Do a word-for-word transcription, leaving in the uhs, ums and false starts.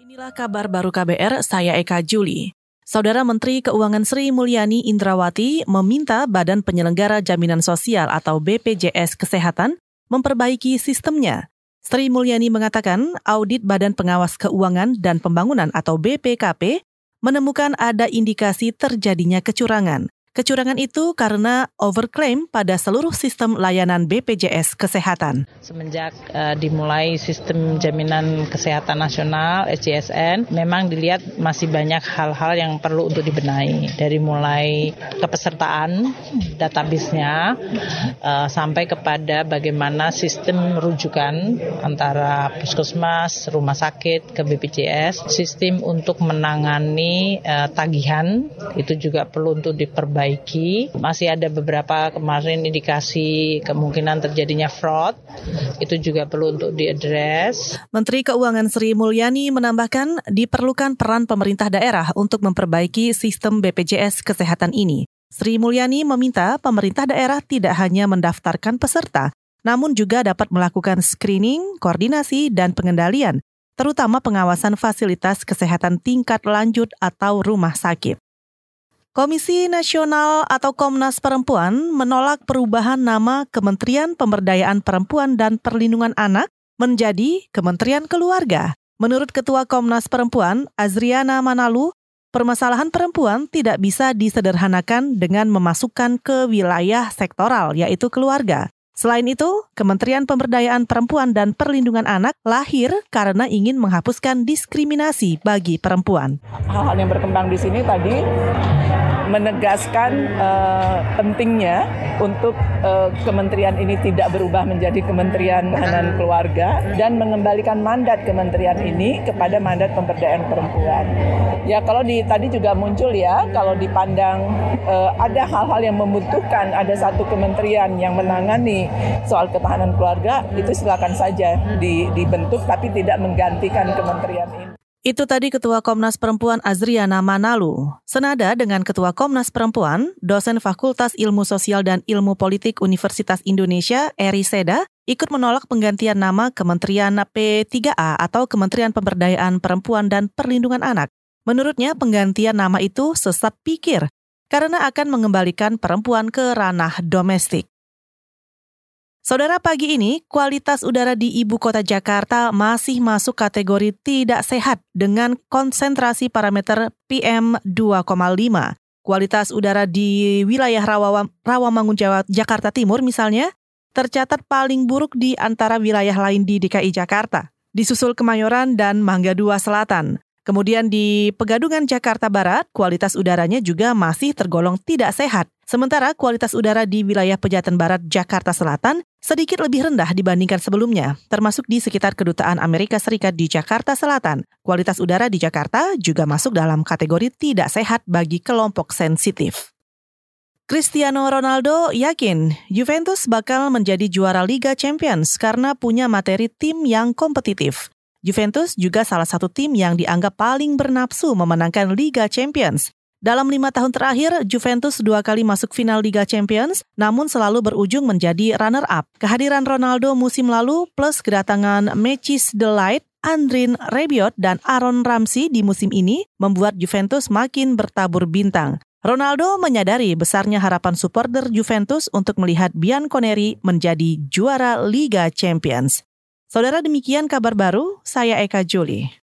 Inilah kabar baru K B R, saya Eka Juli. Saudara Menteri Keuangan Sri Mulyani Indrawati meminta Badan Penyelenggara Jaminan Sosial atau B P J S Kesehatan memperbaiki sistemnya. Sri Mulyani mengatakan audit Badan Pengawas Keuangan dan Pembangunan atau B P K P menemukan ada indikasi terjadinya kecurangan. Kecurangan itu karena overclaim pada seluruh sistem layanan B P J S Kesehatan. Semenjak uh, dimulai sistem jaminan kesehatan nasional S J S N, memang dilihat masih banyak hal-hal yang perlu untuk dibenahi. Dari mulai kepesertaan database-nya uh, sampai kepada bagaimana sistem rujukan antara puskesmas, rumah sakit ke B P J S, sistem untuk menangani uh, tagihan itu juga perlu untuk diperbaiki. Baiki. Masih ada beberapa kemarin indikasi kemungkinan terjadinya fraud, itu juga perlu untuk diadres. Menteri Keuangan Sri Mulyani menambahkan diperlukan peran pemerintah daerah untuk memperbaiki sistem B P J S Kesehatan ini. Sri Mulyani meminta pemerintah daerah tidak hanya mendaftarkan peserta, namun juga dapat melakukan screening, koordinasi, dan pengendalian, terutama pengawasan fasilitas kesehatan tingkat lanjut atau rumah sakit. Komisi Nasional atau Komnas Perempuan menolak perubahan nama Kementerian Pemberdayaan Perempuan dan Perlindungan Anak menjadi Kementerian Keluarga. Menurut Ketua Komnas Perempuan, Azriana Manalu, permasalahan perempuan tidak bisa disederhanakan dengan memasukkan ke wilayah sektoral, yaitu keluarga. Selain itu, Kementerian Pemberdayaan Perempuan dan Perlindungan Anak lahir karena ingin menghapuskan diskriminasi bagi perempuan. Hal-hal yang berkembang di sini tadi menegaskan uh, pentingnya untuk uh, kementerian ini tidak berubah menjadi Kementerian Perlindungan Keluarga dan mengembalikan mandat kementerian ini kepada mandat pemberdayaan perempuan. Ya kalau di tadi juga muncul ya, kalau dipandang uh, ada hal-hal yang membutuhkan ada satu kementerian yang menangani soal ketahanan keluarga, itu silakan saja di, dibentuk tapi tidak menggantikan kementerian ini. Itu tadi Ketua Komnas Perempuan Azriana Manalu. Senada dengan Ketua Komnas Perempuan, dosen Fakultas Ilmu Sosial dan Ilmu Politik Universitas Indonesia, Eri Seda, ikut menolak penggantian nama Kementerian P tiga A atau Kementerian Pemberdayaan Perempuan dan Perlindungan Anak. Menurutnya penggantian nama itu sesat pikir, karena akan mengembalikan perempuan ke ranah domestik. Saudara, pagi ini kualitas udara di ibu kota Jakarta masih masuk kategori tidak sehat dengan konsentrasi parameter P M dua koma lima. Kualitas udara di wilayah Rawa, Rawamangun, Jawa, Jakarta Timur misalnya tercatat paling buruk di antara wilayah lain di D K I Jakarta, disusul Kemayoran dan Mangga Dua Selatan. Kemudian di Pegadungan Jakarta Barat, kualitas udaranya juga masih tergolong tidak sehat. Sementara kualitas udara di wilayah Pejaten Barat, Jakarta Selatan sedikit lebih rendah dibandingkan sebelumnya, termasuk di sekitar Kedutaan Amerika Serikat di Jakarta Selatan. Kualitas udara di Jakarta juga masuk dalam kategori tidak sehat bagi kelompok sensitif. Cristiano Ronaldo yakin Juventus bakal menjadi juara Liga Champions karena punya materi tim yang kompetitif. Juventus juga salah satu tim yang dianggap paling bernafsu memenangkan Liga Champions. Dalam lima tahun terakhir, Juventus dua kali masuk final Liga Champions, namun selalu berujung menjadi runner-up. Kehadiran Ronaldo musim lalu plus kedatangan Matthijs de Ligt, Andrien Rabiot, dan Aaron Ramsey di musim ini membuat Juventus makin bertabur bintang. Ronaldo menyadari besarnya harapan supporter Juventus untuk melihat Bianconeri menjadi juara Liga Champions. Saudara, demikian kabar baru, saya Eka Juli.